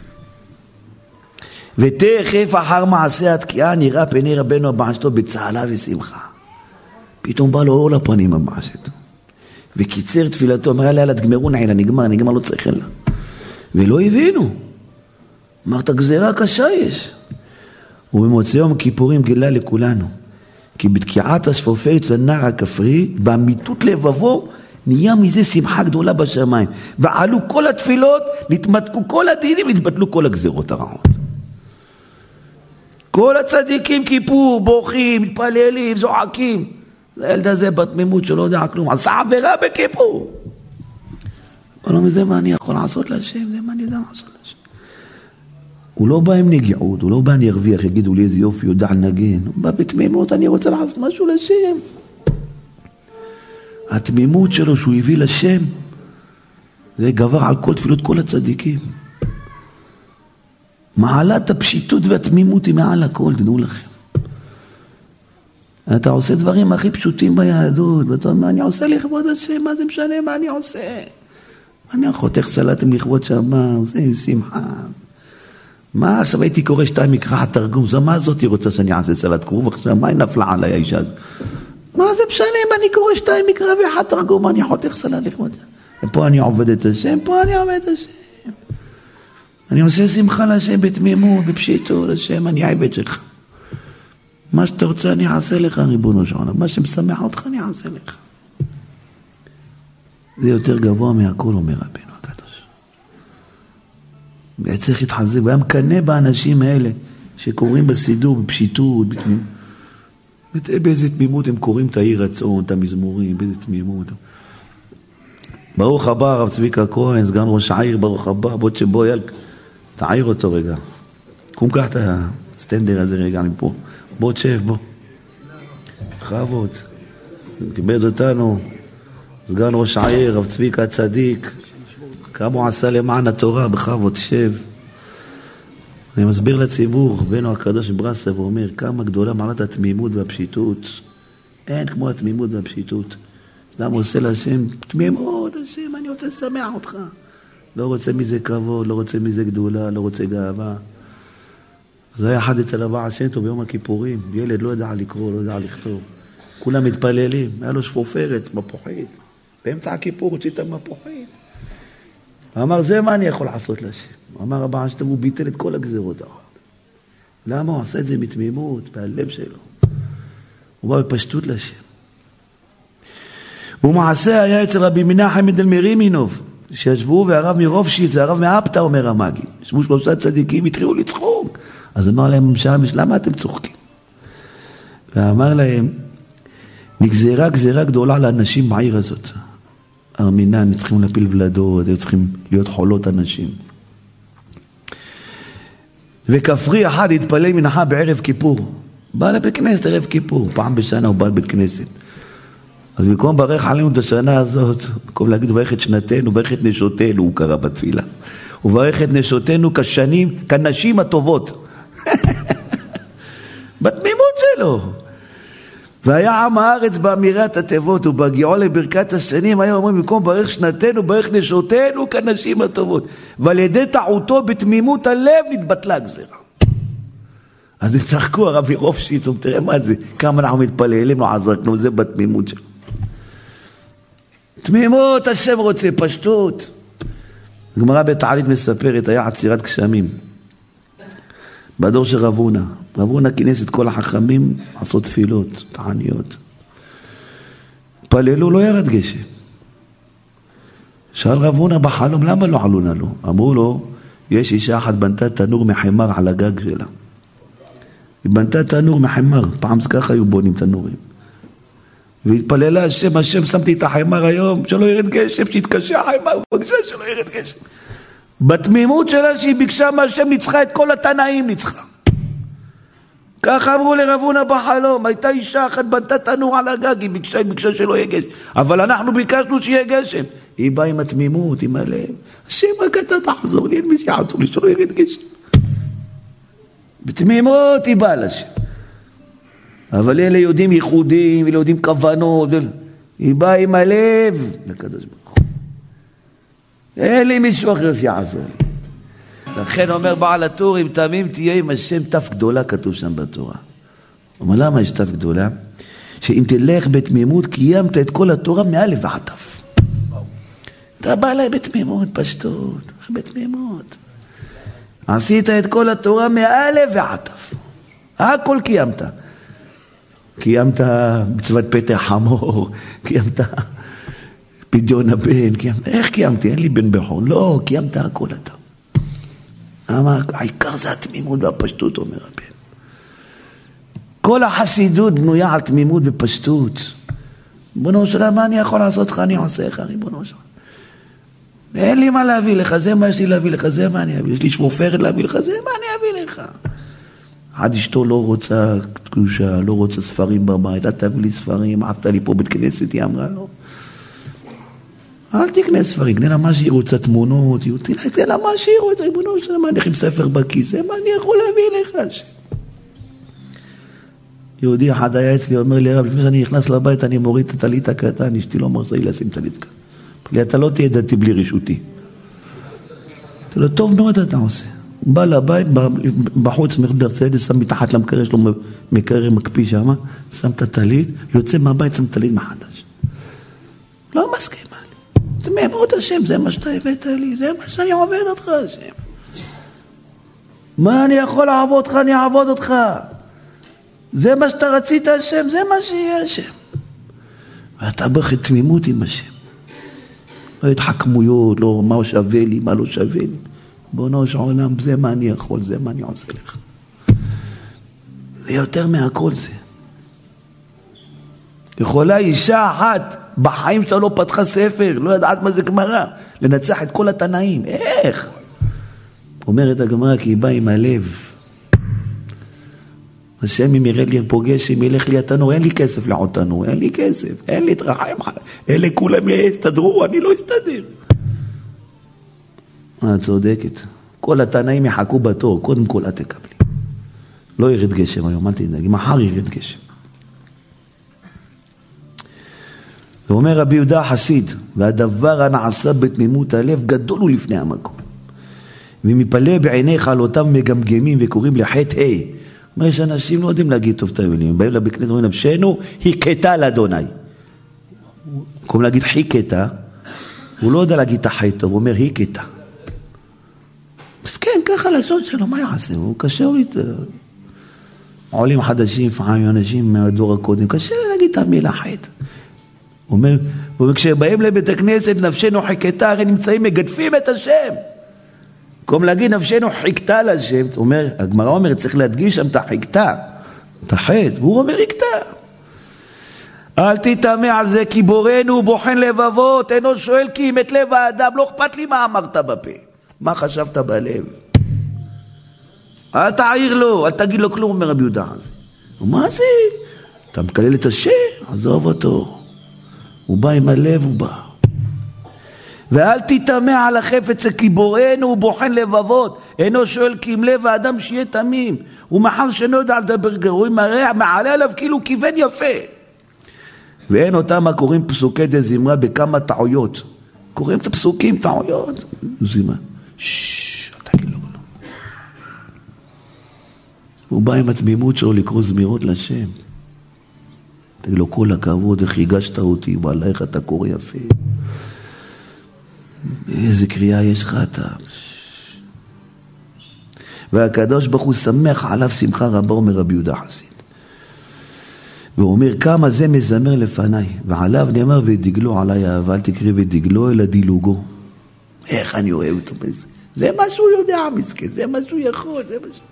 ותכף אחר מעשה התקיעה נראה פני רבנו הבעשתו בצהלה ושמחה. פתאום בא לו אור לפנים הבעשתו. וקיצר תפילתו, אמר לה, תגמרו נעילה, נגמר לא צריך לה. ולא הבינו. אמרת, גזירה קשה יש. ובמוצאי יום כיפורים גילה לכולנו, כי בתקיעת השפופרת של הנער הכפרי, באמיתות לבבו, נהיה מזה שמחה גדולה בשמיים. ועלו כל התפילות, נתמתקו כל הדינים, נתבטלו כל הגזירות הרעות. כל הצדיקים כיפור, בוכים, מתפללים, זועקים. הילד הזה בתמימות שלא יודע כלום, עשה עבירה בכיפור. אבל לא מזה מה אני יכול לעשות להשם, זה מה אני יודע לעשות להשם. הוא לא בא עם נגיעות, הוא לא בא אני ארוויח, יגידו לי איזה יופי, יודע לנגן. הוא בא בתמימות, אני רוצה לעשות משהו להשם. התמימות שלו שהוא הביא לשם, זה גבר על כל תפילות כל הצדיקים. מעלת הפשיטות והתמימות היא מעל הכל, תדעו לכם. אתה עושה דברים הכי פשוטים ביהדות, ואתה אומר, מה אני עושה לכבוד השם? מה זה משנה מה אני עושה? אני חותך סלטים לכבוד שמה, עושה שמחה. מה עכשיו הייתי קורא 2 מקרא התרגום, זה מה זאת היא רוצה שאני אעשה סלט כרוב, עכשיו מה היא נפלה עליי האישה הזאת? מה זה משנה אם אני קורא 2 מקרא ואחד תרגום, אני חותך סלט לכבוד. ופה אני עובד את השם, פה אני עובד את השם. אני עושה שמחה לשם בתמימות, בפשיטות, לשם אני עבד שלך. מה שאתה רוצה אני אעשה לך, ריבונו של עולם. מה שמשמח אותך אני אעשה לך. זה יותר גבוה מהכל, אומר רבינו הקדוש. צריך להתחזק, והיה מקנה באנשים האלה, שקוראים בסידור, בפשיטות, בתמימות. באיזה תמימות הם קוראים את העיר רצון, את המזמורים, באיזה תמימות. ברוך הבא, הרב צביקה כהן, סגן ראש העיר, ברוך הבא, בוא שבוא, יאללה, תעיר אותו רגע. קום קח את הסטנדר הזה רגע מפה. בוא תשב, בוא. בכבוד. כיבד אותנו. סגן ראש העיר, רב צביקה צדיק. כמה הוא עשה למען התורה, בכבוד, תשב. אני מסביר לציבור, רבנו הקדוש מברסלב, הוא אומר, כמה גדולה מעלת התמימות והפשיטות. אין כמו התמימות והפשיטות. למה עושה להשם? תמימות, השם, אני רוצה לשמח אותך. לא רוצה מזה כבוד, לא רוצה מזה גדולה, לא רוצה גאווה. אז היה אחד אצל הבעל שם טוב ביום הכיפורים, ילד לא ידע לקרוא, לא ידע לכתוב. כולם מתפללים, היה לו שפופרת, מפוחית. באמצע הכיפור הוציא את המפוחית. אמר, זה מה אני יכול לעשות להשם? אמר הבעל שם טוב, הוא ביטל את כל הגזירות. למה? הוא עשה את זה מתמימות, בהלב שלו. הוא בא בפשטות להשם. ומעשה היה אצל רבי מנחם מדל מרימינוב, שישבו והרב מרובשיץ והרב מאפתא, אומר המגיד. ישבו 3 צדיקים, התחילו לצחוק. אז אמר להם, למה אתם צוחקים? ואמר להם, נגזרה גזירה גדולה לאנשים בעיר הזאת. ארמינן, צריכים להפיל ולדות, היו צריכים להיות חולות אנשים. וכפרי אחד התפלל מנחה בערב כיפור. בא לבית כנסת ערב כיפור, פעם בשנה הוא בא לבית כנסת. אז במקום ברך עלינו את השנה הזאת, במקום להגיד ברך את שנתנו, ברך את נשותנו, הוא קרא בתפילה. הוא ברך את נשותנו כנשים הטובות. בתמימות שלו. והיה עם הארץ באמירת התיבות, ובהגיעו לברכת השנים, היה אומרים, במקום ברך שנתנו, ברך נשותנו כנשים הטובות. ועל ידי טעותו בתמימות הלב נתבטלה הגזירה. אז הם צחקו, הרב רובשיץ, תראה מה זה, כמה אנחנו מתפללים, לא עזרנו, זה בתמימות שלו. תמימות, השם רוצה, פשטות. הגמרא בתענית מספרת, היה עצירת גשמים. בדור של רב הונא. רב הונא כינס את כל החכמים לעשות תפילות, תעניות. פללו, לא ירד גשם. שאל רב הונא בחלום, למה לא עלו נא לו? אמרו לו, יש אישה אחת בנתה תנור מחמר על הגג שלה. היא בנתה תנור מחמר, פעם ככה היו בונים תנורים. והתפללה השם, השם שמתי את החמר היום, שלא ירד גשם, שיתקשה החמר, בבקשה שלא ירד גשם. בתמימות שלה שהיא ביקשה מהשם, ניצחה את כל התנאים, ניצחה. ככה אמרו לרב הונא בחלום, הייתה אישה אחת בנתה תנור על הגג, היא ביקשה שלא יהיה גשם. אבל אנחנו ביקשנו שיהיה גשם. היא באה עם התמימות, עם הלב. השם רק אתה תחזור לי, אין מי שיעזור לי שלא ירד גשם. בתמימות היא באה לשם. אבל אלה יודעים ייחודים, אלה יודעים כוונות, היא באה עם הלב לקדוש ברוך הוא. אין לי מישהו אחר שיעזור. לכן אומר בעל הטור, אם תמים תהיה עם השם תף גדולה, כתוב שם בתורה. אומר למה יש תף גדולה? שאם תלך בתמימות, קיימת את כל התורה מאלף ועד תף. אתה בא אליי בתמימות, פשטות, בתמימות. עשית את כל התורה מאלף ועד תף. הכל קיימת. קיימת מצוות פתח חמור, קיימת פדיון הבן, איך קיימתי? אין לי בן בכור. לא, קיימת הכל אתה. העיקר זה התמימות והפשטות, אומר הבן. כל החסידות בנויה על תמימות ופשטות. ריבונו של עולם, מה אני יכול לעשות לך? אני עושה לך, ריבונו של עולם. אין לי מה להביא לך, זה מה יש לי להביא לך, זה מה אני אביא. יש לי שפופרת להביא לך, זה מה אני אביא לך. עד אשתו לא רוצה קדושה, לא רוצה ספרים בבית, אתה תביא לי ספרים, עשתה לי פה בית כנסת, היא אמרה לו. אל תקנה ספרים, קנה לה מה שיראו, קצת תמונות, תקנה לה מה שיראו, את ריבונו של מה, אני עם ספר בכיס, זה מה אני יכול להביא לך. יהודי אחד היה אצלי, אומר לי, רב, לפני שאני נכנס לבית, אני מוריד את הטלית הקטן, אשתי לא מרשה לי לשים טלית קטן. לי, אתה לא תהיה דתי בלי רשותי. אתה לא, טוב מאוד אתה עושה. הוא בא לבית, בחוץ מרצדס, שם מתחת למקרר, יש לו מקרר מקפיא שם, שם את הטלית, יוצא מהבית, שם טלית מחדש. לא מסכים לי. זה מאמרות השם, זה מה שאתה הבאת לי, זה מה שאני עובד אותך, השם. מה אני יכול לעבוד אותך, אני אעבוד אותך. זה מה שאתה רצית, השם, זה מה שיהיה, השם. ואתה בתמימות עם השם. לא התחכמויות, לא מה שווה לי, מה לא שווה לי. בונו של עולם, זה מה אני יכול, זה מה אני עושה לך. ויותר מהכל זה. יכולה אישה אחת בחיים שלה לא פתחה ספר, לא ידעת מה זה גמרא, לנצח את כל התנאים. איך? אומרת הגמרא, כי היא באה עם הלב. השם אם ירד לי פוגש, אם ילך לי התנור, אין לי כסף לעוד תנור, אין לי כסף, אין לי תרחיים, אלה כולם יסתדרו, אני לא אסתדר. צודקת. כל התנאים יחכו בתור, קודם כל את תקבלי. לא ירד גשם היום, אל תדאג, מחר ירד גשם. ואומר רבי יהודה החסיד, והדבר הנעשה בתמימות הלב גדול הוא לפני המקום. ומפלא בעיניך על אותם מגמגמים וקוראים לחטא ה'. אומר, יש אנשים לא יודעים להגיד טוב את המילים, באים לבקנית, אומרים, נפשנו היכתה לאדוני. במקום להגיד חיכתה, הוא לא יודע להגיד את החטא טוב, הוא אומר היכתה. אז כן, ככה לשון שלו, מה יעשה? הוא קשה לי, עולים חדשים, פעמים אנשים מהדור הקודם, קשה להגיד את המילה חטא. הוא אומר, וכשבאים לבית הכנסת, נפשנו חיכתה, הרי נמצאים, מגדפים את השם. במקום להגיד, נפשנו חיכתה לשם, הוא אומר, הגמרא אומרת, צריך להדגיש שם את החיכתה, את החטא, והוא אומר, חיכתה. אל תתאמה על זה, כי בורנו בוחן לבבות, אינו שואל כי אם את לב האדם, לא אכפת לי מה אמרת בפה, מה חשבת בלב. אל תעיר לו, אל תגיד לו כלום, אומר רבי יהודה הזה. מה זה? אתה מקלל את השם, עזוב אותו. הוא בא עם הלב, הוא בא. ואל תתאמה על החפץ, כי בוראנו הוא בוחן לבבות, אינו שואל כי אם לב האדם שיהיה תמים, ומחר שאינו יודע לדבר גרוע, מעלה עליו כאילו כיוון יפה. ואין אותם הקוראים פסוקי דזמרה בכמה טעויות. קוראים את הפסוקים טעויות. זמרה. אל תגיד לו כלום. הוא בא עם התמימות שלו לקרוא זמירות לשם. תגיד לו כל הכבוד, איך הגשת אותי, ועלה איך אתה קורא יפה. איזה קריאה יש לך אתה. והקדוש ברוך הוא שמח עליו שמחה רבה, אומר רבי יהודה החסיד. והוא אומר כמה זה מזמר לפניי, ועליו נאמר ודגלו עליי אהבה, אל תקריא ודגלו אלא דילוגו. איך אני אוהב אותו בזה. זה מה שהוא יודע מסכן, זה מה שהוא יכול, זה מה שהוא...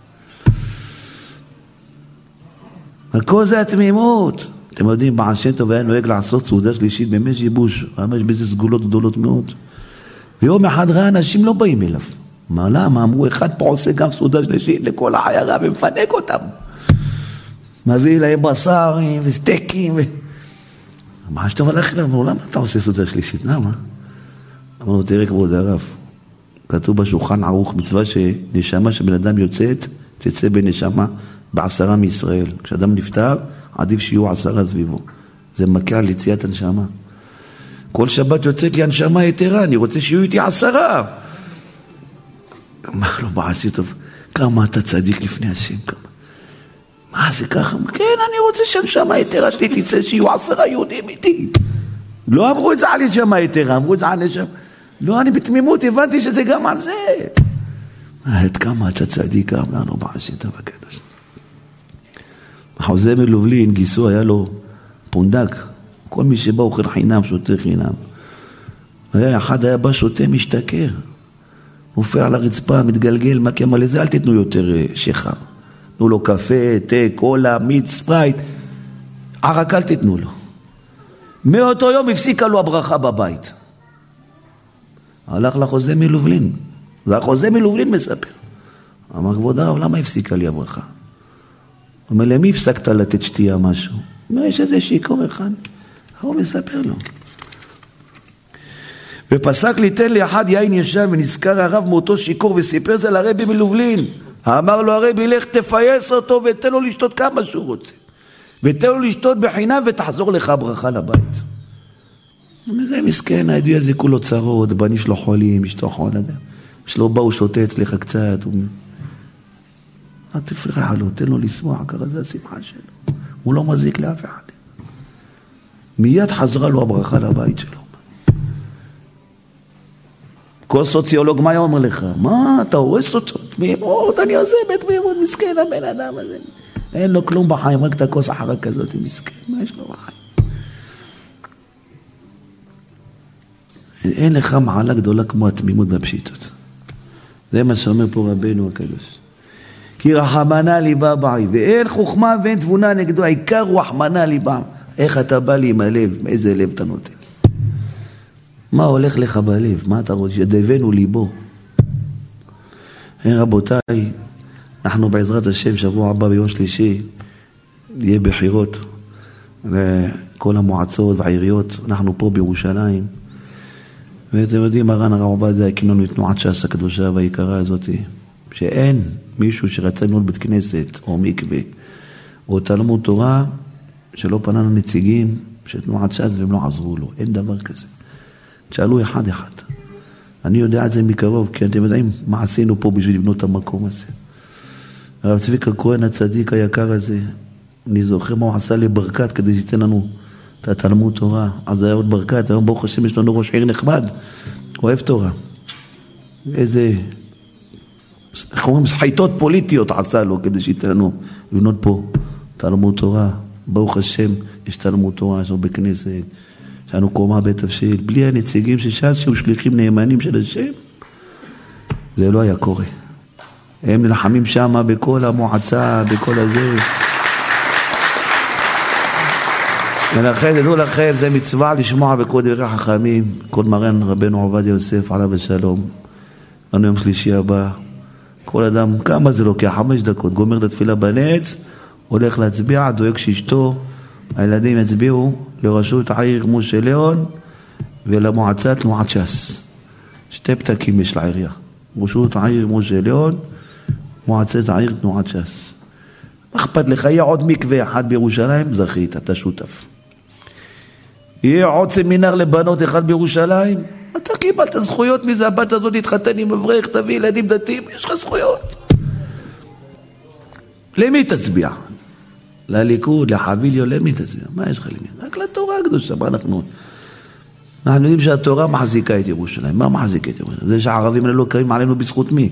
הכל זה התמימות. אתם יודעים, בעל שם טוב היה נוהג לעשות סעודה שלישית בימי שיבוש, ממש באיזה סגולות גדולות מאוד. ויום אחד ראה אנשים לא באים אליו. מה למה? אמרו, אחד פה עושה גם סעודה שלישית לכל העיירה ומפנק אותם. מביא להם בשרים וסטייקים. מה שטוב הלך אליו? אמרו, למה אתה עושה סעודה שלישית? למה? אמרו, תראה כבוד הרב. כתוב בשולחן ערוך מצווה שנשמה שבן אדם יוצאת, תצא בנשמה ב10 מישראל. כשאדם נפטר, עדיף שיהיו 10 סביבו. זה מכה על יציאת הנשמה. כל שבת יוצאת לי הנשמה יתרה, אני רוצה שיהיו איתי 10. אמר לו בעשי טוב, כמה אתה צדיק לפני השם, כמה. מה זה ככה? כן, אני רוצה שהנשמה יתרה שלי תצא שיהיו 10 יהודים איתי. לא אמרו את זה על נשמה יתרה, אמרו את זה על נשמה. לא, אני בתמימות הבנתי שזה גם על זה. עד כמה אתה צדיק, אמר לו בעשי טוב הקדוש. החוזה מלובלין, גיסו היה לו פונדק. כל מי שבא אוכל חינם, שותה חינם. אחד היה בא שותה משתכר. מופיע על הרצפה, מתגלגל, מה כמה לזה, אל תתנו יותר שחר. תנו לו קפה, תה, קולה, מיץ, ספרייט. ערק אל תתנו לו. מאותו יום הפסיקה לו הברכה בבית. הלך לחוזה מלובלין. והחוזה מלובלין מספר. אמר, כבוד הרב, למה הפסיקה לי הברכה? הוא אומר, למי הפסקת לתת שתייה משהו? הוא אומר, יש איזה שיקור אחד. הוא מספר לו. ופסק ליתן לאחד יין ישן, ונזכר הרב מאותו שיקור, וסיפר זה לרבי מלובלין. אמר לו הרבי, לך תפייס אותו ותן לו לשתות כמה שהוא רוצה, ותן לו לשתות בחינם ותחזור לך ברכה לבית. זה מסכן, העדוי הזה כולו צרות, בנים שלו חולים, אשתו חול, שלו באו שותה אצלך קצת, אל תפרח לו, תן לו לשמוח, ככה זה השמחה שלו, הוא לא מזיק לאף אחד. מיד חזרה לו הברכה לבית שלו. כל סוציולוג מה אומר לך? מה אתה הורס אותו? תמימות, אני עושה בתמימות, מסכן הבן אדם הזה, אין לו כלום בחיים, רק את הכוס אחרה כזאת, מסכן, מה יש לו בחיים? אין לך מעלה גדולה כמו התמימות בפשיטות. זה מה שאומר פה רבנו הקדוש. כי רחמנא ליבא בעי, ואין חוכמה ואין תבונה נגדו, העיקר הוא רחמנא ליבא. איך אתה בא לי עם הלב, איזה לב אתה נותן? מה הולך לך בלב? מה אתה רוצה? ידבנו ליבו. רבותיי, אנחנו בעזרת השם שבוע הבא ביום שלישי, יהיה בחירות לכל המועצות והעיריות, אנחנו פה בירושלים, ואתם יודעים, מרן הרב עובדיה הקים לנו את תנועת ש"ס הקדושה והיקרה הזאת, שאין מישהו שרצה לבנות בית כנסת או מקווה או תלמוד תורה שלא פנה לנציגים של תנועת ש"ס והם לא עזרו לו. אין דבר כזה. תשאלו אחד אחד. אני יודע את זה מקרוב, כי אתם יודעים מה עשינו פה בשביל לבנות את המקום הזה. הרב צביקה כהן הצדיק היקר הזה, אני זוכר מה הוא עשה לברכת כדי שייתן לנו את התלמוד תורה. אז היה עוד ברכת, היום ברוך השם יש לנו ראש עיר נחמד, אוהב תורה. איזה, איך אומרים, סחיטות פוליטיות עשה לו כדי שייתן לנו לבנות פה תלמוד תורה. ברוך השם יש תלמוד תורה, יש הרבה כנסת, יש לנו קומה בית תבשיל, בלי הנציגים של ש"ס שהיו שליחים נאמנים של השם, זה לא היה קורה. הם נלחמים שם בכל המועצה, בכל הזה. ולכן, תדעו לכם, זה מצווה לשמוע בכל דברי חכמים, כל מרן רבנו עובדיה יוסף עליו השלום. לנו יום שלישי הבא, כל אדם, כמה זה לוקח? 5 דקות, גומר את התפילה בנץ, הולך להצביע, דואג שאשתו, הילדים יצביעו לראשות העיר משה ליאון ולמועצה תנועת ש"ס. 2 פתקים יש לעירייה. ראשות העיר משה ליאון, מועצת העיר תנועת ש"ס. מה אכפת לך? יהיה עוד מקווה אחד בירושלים, זכית, אתה שותף. יהיה עוד סמינר לבנות אחד בירושלים, אתה קיבלת זכויות מזה, הבת הזאת התחתן עם אברך, תביא ילדים דתיים, יש לך זכויות. למי תצביע? לליכוד, לחביליו, למי תצביע? מה יש לך למי? רק לתורה הקדושה, מה אנחנו יודעים שהתורה מחזיקה את ירושלים. מה מחזיקה את ירושלים? זה שהערבים האלה לא קיימים עלינו בזכות מי?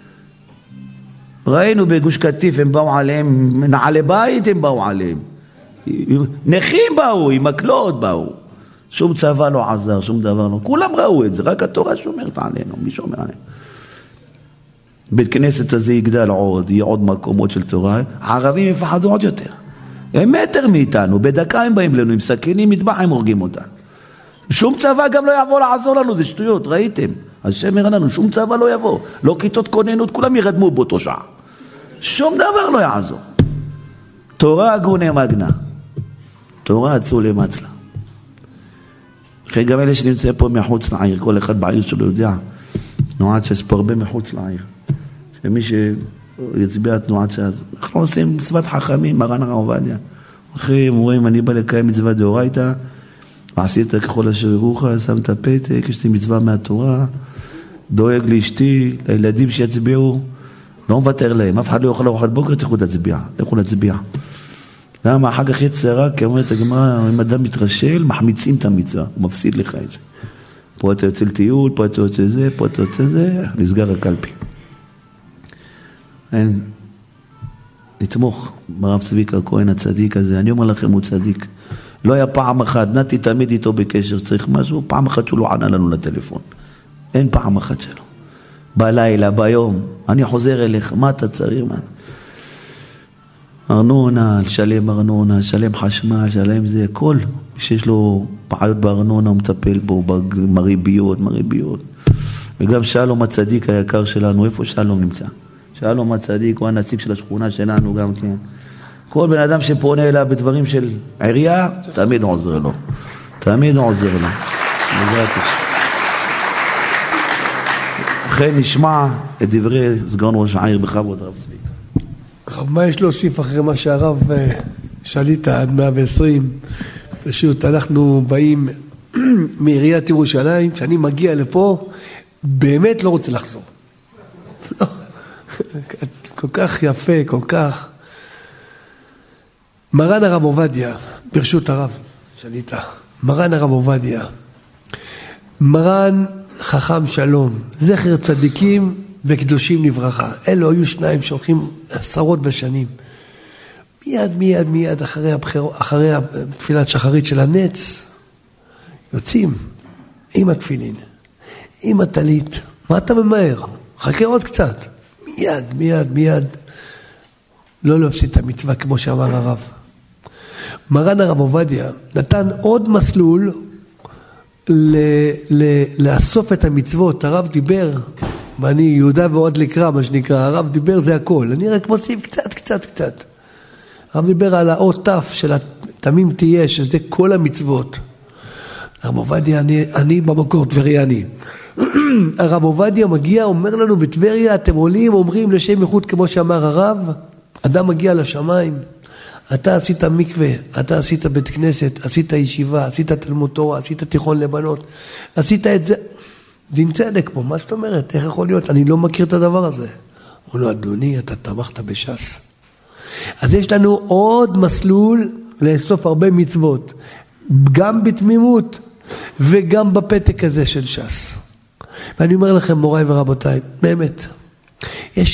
ראינו בגוש קטיף, הם באו עליהם, נעלי בית הם באו עליהם. נכים באו, עם מקלות באו. שום צבא לא עזר, שום דבר לא. כולם ראו את זה, רק התורה שומרת עלינו, מי שומר עלינו? בית כנסת הזה יגדל עוד, יהיה עוד מקומות של תורה, הערבים יפחדו עוד יותר. הם מטר מאיתנו, בדקה הם באים לנו, עם סכינים מטבח הם הורגים אותנו. שום צבא גם לא יבוא לעזור לנו, זה שטויות, ראיתם? השם יראה לנו, שום צבא לא יבוא, לא כיתות כוננות, כולם ירדמו באותו שעה. שום דבר לא יעזור. תורה הגונה מגנה, תורה אצולה מצלה. אחרי גם אלה שנמצא פה מחוץ לעיר, כל אחד בעיר שלו יודע, תנועת ש"ס פה הרבה מחוץ לעיר. שמי שיצביע תנועת ש"ס, אנחנו עושים מצוות חכמים, מרן הרב עובדיה. אחרי אומרים, אני בא לקיים מצוות דאורייתא, ועשית ככל אשר יורוך, שמת פתק, יש לי מצווה מהתורה, דואג לאשתי, לילדים שיצביעו, לא מוותר להם, אף אחד לא יוכל לארוחת בוקר, תלכו להצביע, לכו להצביע. למה? אחר כך יצרה, כי אומרת הגמרא, אם אדם מתרשל, מחמיצים את המצווה, הוא מפסיד לך את זה. פה אתה יוצא לטיול, פה אתה יוצא זה, פה אתה יוצא זה, נסגר הקלפי. אין, נתמוך ברב צביקה כהן הצדיק הזה, אני אומר לכם הוא צדיק. לא היה פעם אחת, נתי תמיד איתו בקשר, צריך משהו, פעם אחת שהוא לא ענה לנו לטלפון. אין פעם אחת שלו. בלילה, ביום, אני חוזר אליך, מה אתה צריך? מה? ארנונה, שלם ארנונה, שלם חשמל, שלם זה, כל שיש לו בעיות בארנונה הוא מטפל בו, מריביות. וגם שלום הצדיק היקר שלנו, איפה שלום נמצא? שלום הצדיק הוא הנציג של השכונה שלנו גם כן. כל בן אדם שפונה אליו בדברים של עירייה, תמיד עוזר לו. תמיד עוזר לו. בעזרת השם. ובכן נשמע את דברי סגן ראש העיר בכבוד, הרב צבי. הרב, מה יש להוסיף אחרי מה שהרב שליטה עד 120? פשוט אנחנו באים מעיריית ירושלים, כשאני מגיע לפה, באמת לא רוצה לחזור. לא. כל כך יפה, כל כך. מרן הרב עובדיה, ברשות הרב שליטה, מרן הרב עובדיה, מרן חכם שלום, זכר צדיקים וקדושים לברכה. אלו היו שניים שהולכים עשרות בשנים. מיד אחרי תפילת שחרית של הנץ, יוצאים עם התפילין, עם הטלית. מה אתה ממהר? חכה עוד קצת. מיד. לא להפסיד את המצווה כמו שאמר הרב. מרן הרב עובדיה נתן עוד מסלול לאסוף את המצוות. הרב דיבר, ואני יהודה ועוד לקרא מה שנקרא, הרב דיבר זה הכל. אני רק מוסיף קצת. הרב דיבר על האות תף של התמים תהיה, שזה כל המצוות. הרב עובדיה, אני במקור טבריאני. הרב עובדיה מגיע, אומר לנו בטבריה, אתם עולים, אומרים לשם ייחוד כמו שאמר הרב, אדם מגיע לשמיים, אתה עשית מקווה, אתה עשית בית כנסת, עשית ישיבה, עשית תלמוד תורה, עשית תיכון לבנות, עשית את זה, דין צדק פה, מה זאת אומרת? איך יכול להיות? אני לא מכיר את הדבר הזה. הוא לא, אדוני, אתה תמכת בש"ס. אז יש לנו עוד מסלול לאסוף הרבה מצוות, גם בתמימות וגם בפתק הזה של ש"ס. ואני אומר לכם, מוריי ורבותיי, באמת, יש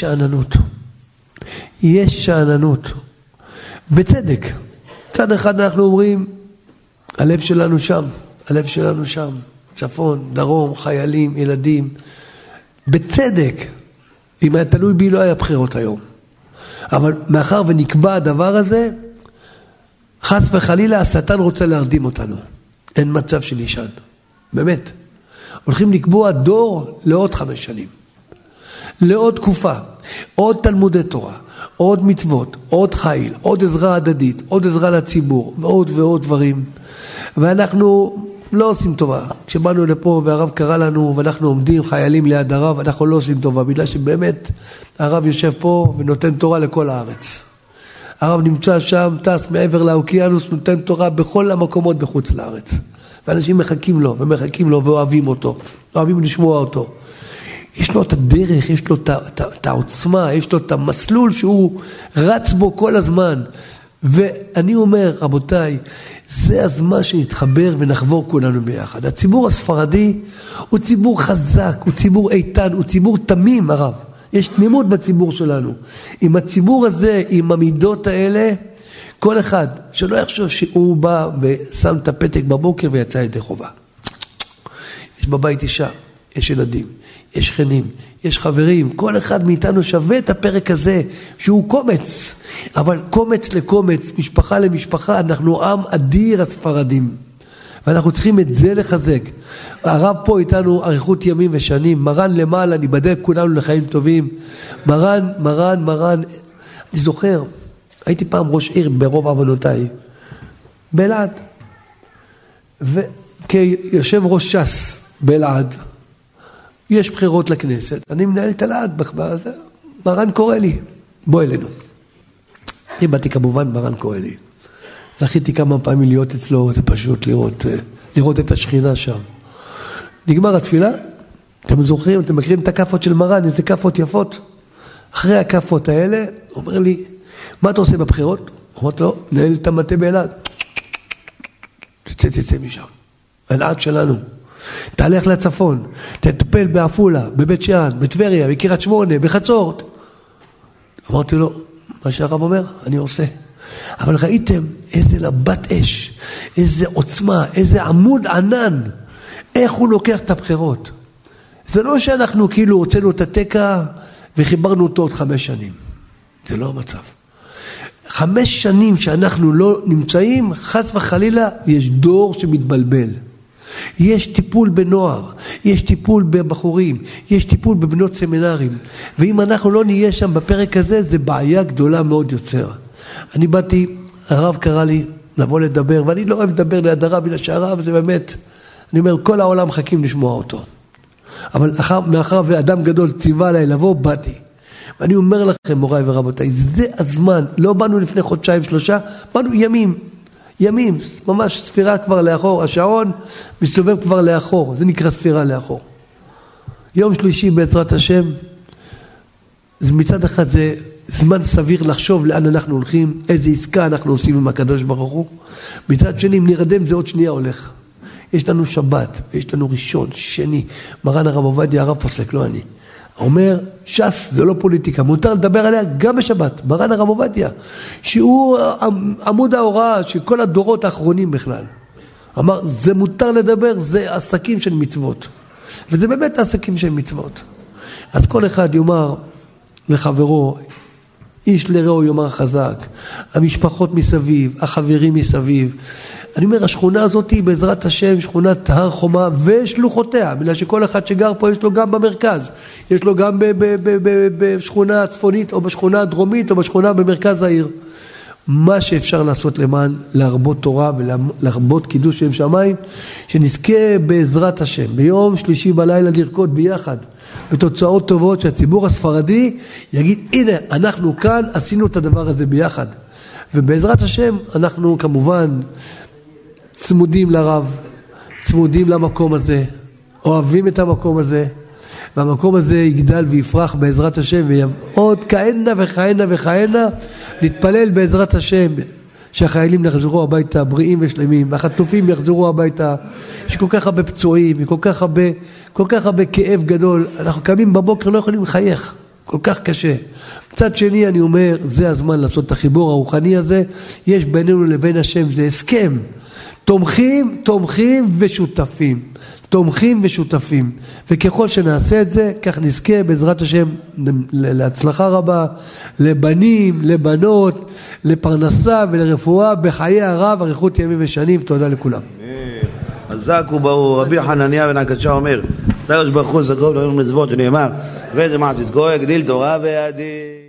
שאננות, בצדק. צד אחד אנחנו אומרים, הלב שלנו שם, צפון, דרום, חיילים, ילדים, בצדק. אם היה תלוי בי לא היה בחירות היום. אבל מאחר ונקבע הדבר הזה, חס וחלילה השטן רוצה להרדים אותנו. אין מצב של נשען. באמת. הולכים לקבוע דור לעוד 5 שנים. לעוד תקופה. עוד תלמודי תורה. עוד מצוות. עוד חיל. עוד עזרה הדדית. עוד עזרה לציבור. ועוד דברים. ואנחנו לא עושים טובה. כשבאנו לפה והרב קרא לנו ואנחנו עומדים חיילים ליד הרב, אנחנו לא עושים טובה. בגלל שבאמת הרב יושב פה ונותן תורה לכל הארץ. הרב נמצא שם, טס מעבר לאוקיינוס, נותן תורה בכל המקומות בחוץ לארץ. ואנשים מחכים לו ואוהבים אותו, אוהבים לשמוע אותו. יש לו את הדרך, יש לו את העוצמה, יש לו את המסלול שהוא רץ בו כל הזמן. ואני אומר, רבותיי, זה הזמן שנתחבר ונחבור כולנו ביחד. הציבור הספרדי הוא ציבור חזק, הוא ציבור איתן, הוא ציבור תמים, הרב. יש תמימות בציבור שלנו. עם הציבור הזה, עם המידות האלה, כל אחד שלא יחשוב שהוא בא ושם את הפתק בבוקר ויצא ידי חובה. יש בבית אישה, יש ילדים, יש שכנים, יש חברים, כל אחד מאיתנו שווה את הפרק הזה שהוא קומץ, אבל קומץ לקומץ, משפחה למשפחה, אנחנו עם אדיר הספרדים, ואנחנו צריכים את זה לחזק. הרב פה איתנו אריכות ימים ושנים, מרן למעלה, ניבדל כולנו לחיים טובים. מרן, אני זוכר, הייתי פעם ראש עיר ברוב עוונותיי, באלעד, וכיושב ראש ש"ס באלעד, יש בחירות לכנסת, אני מנהל את אלעד, מרן קורא לי, בוא אלינו. אני באתי כמובן, מרן קורא לי. זכיתי כמה פעמים להיות אצלו, זה פשוט לראות את השכינה שם. נגמר התפילה, אתם זוכרים, אתם מכירים את הכפות של מרן, איזה כפות יפות. אחרי הכפות האלה, הוא אומר לי, מה אתה עושה בבחירות? אמרתי לו, נהל את המטה באלעד. תצא משם. אלעד שלנו. תהלך לצפון, תטפל בעפולה, בבית שאן, בטבריה, בקריית שמונה, בחצור. אמרתי לו, מה שהרב אומר, אני עושה. אבל ראיתם איזה לבת אש, איזה עוצמה, איזה עמוד ענן, איך הוא לוקח את הבחירות. זה לא שאנחנו כאילו הוצאנו את התקע וחיברנו אותו עוד 5 שנים. זה לא המצב. 5 שנים שאנחנו לא נמצאים, חס וחלילה, יש דור שמתבלבל. יש טיפול בנוער, יש טיפול בבחורים, יש טיפול בבנות סמינרים. ואם אנחנו לא נהיה שם בפרק הזה, זה בעיה גדולה מאוד יוצר. אני באתי, הרב קרא לי לבוא לדבר, ואני לא אוהב לדבר ליד הרב, בגלל שהרב זה באמת, אני אומר, כל העולם מחכים לשמוע אותו. אבל מאחר ואדם גדול ציווה עליי לבוא, באתי. ואני אומר לכם, מוריי ורבותיי, זה הזמן, לא באנו לפני חודשיים, 3, באנו ימים, ממש ספירה כבר לאחור, השעון מסתובב כבר לאחור, זה נקרא ספירה לאחור. יום שלישי בעזרת השם, מצד אחד זה זמן סביר לחשוב לאן אנחנו הולכים, איזה עסקה אנחנו עושים עם הקדוש ברוך הוא. מצד שני, אם נרדם זה עוד שנייה הולך. יש לנו שבת, יש לנו ראשון, שני. מרן הרב עובדיה, הרב פוסק, לא אני. אומר, ש"ס זה לא פוליטיקה, מותר לדבר עליה גם בשבת. מרן הרב עובדיה, שהוא עמוד ההוראה של כל הדורות האחרונים בכלל. אמר, זה מותר לדבר, זה עסקים של מצוות. וזה באמת עסקים של מצוות. אז כל אחד יאמר לחברו, איש לרעו יאמר חזק, המשפחות מסביב, החברים מסביב. אני אומר, השכונה הזאת היא בעזרת השם שכונת הר חומה ושלוחותיה, בגלל שכל אחד שגר פה יש לו גם במרכז, יש לו גם בשכונה הצפונית או בשכונה הדרומית או בשכונה במרכז העיר. מה שאפשר לעשות למען להרבות תורה ולהרבות קידוש שם שמיים, שנזכה בעזרת השם ביום שלישי בלילה לרקוד ביחד בתוצאות טובות, שהציבור הספרדי יגיד, הנה אנחנו כאן עשינו את הדבר הזה ביחד. ובעזרת השם אנחנו כמובן צמודים לרב, צמודים למקום הזה, אוהבים את המקום הזה, והמקום הזה יגדל ויפרח בעזרת השם, ועוד כהנה וכהנה וכהנה. נתפלל בעזרת השם שהחיילים יחזרו הביתה בריאים ושלמים, והחטופים יחזרו הביתה. יש כל כך הרבה פצועים, כל כך הרבה כאב גדול, אנחנו קמים בבוקר לא יכולים לחייך, כל כך קשה. מצד שני אני אומר, זה הזמן לעשות את החיבור הרוחני הזה, יש בינינו לבין השם, זה הסכם, תומכים ושותפים, תומכים ושותפים, וככל שנעשה את זה, כך נזכה בעזרת השם להצלחה רבה, לבנים, לבנות, לפרנסה ולרפואה, בחיי הרב, אריכות ימים ושנים. תודה לכולם. חזק וברוך. רבי חנניה בן עקשיא אומר, הקדוש ברוך הוא זכור לנו מצוות שנאמר, וזה מעשית כה יגדיל תורה וידיר.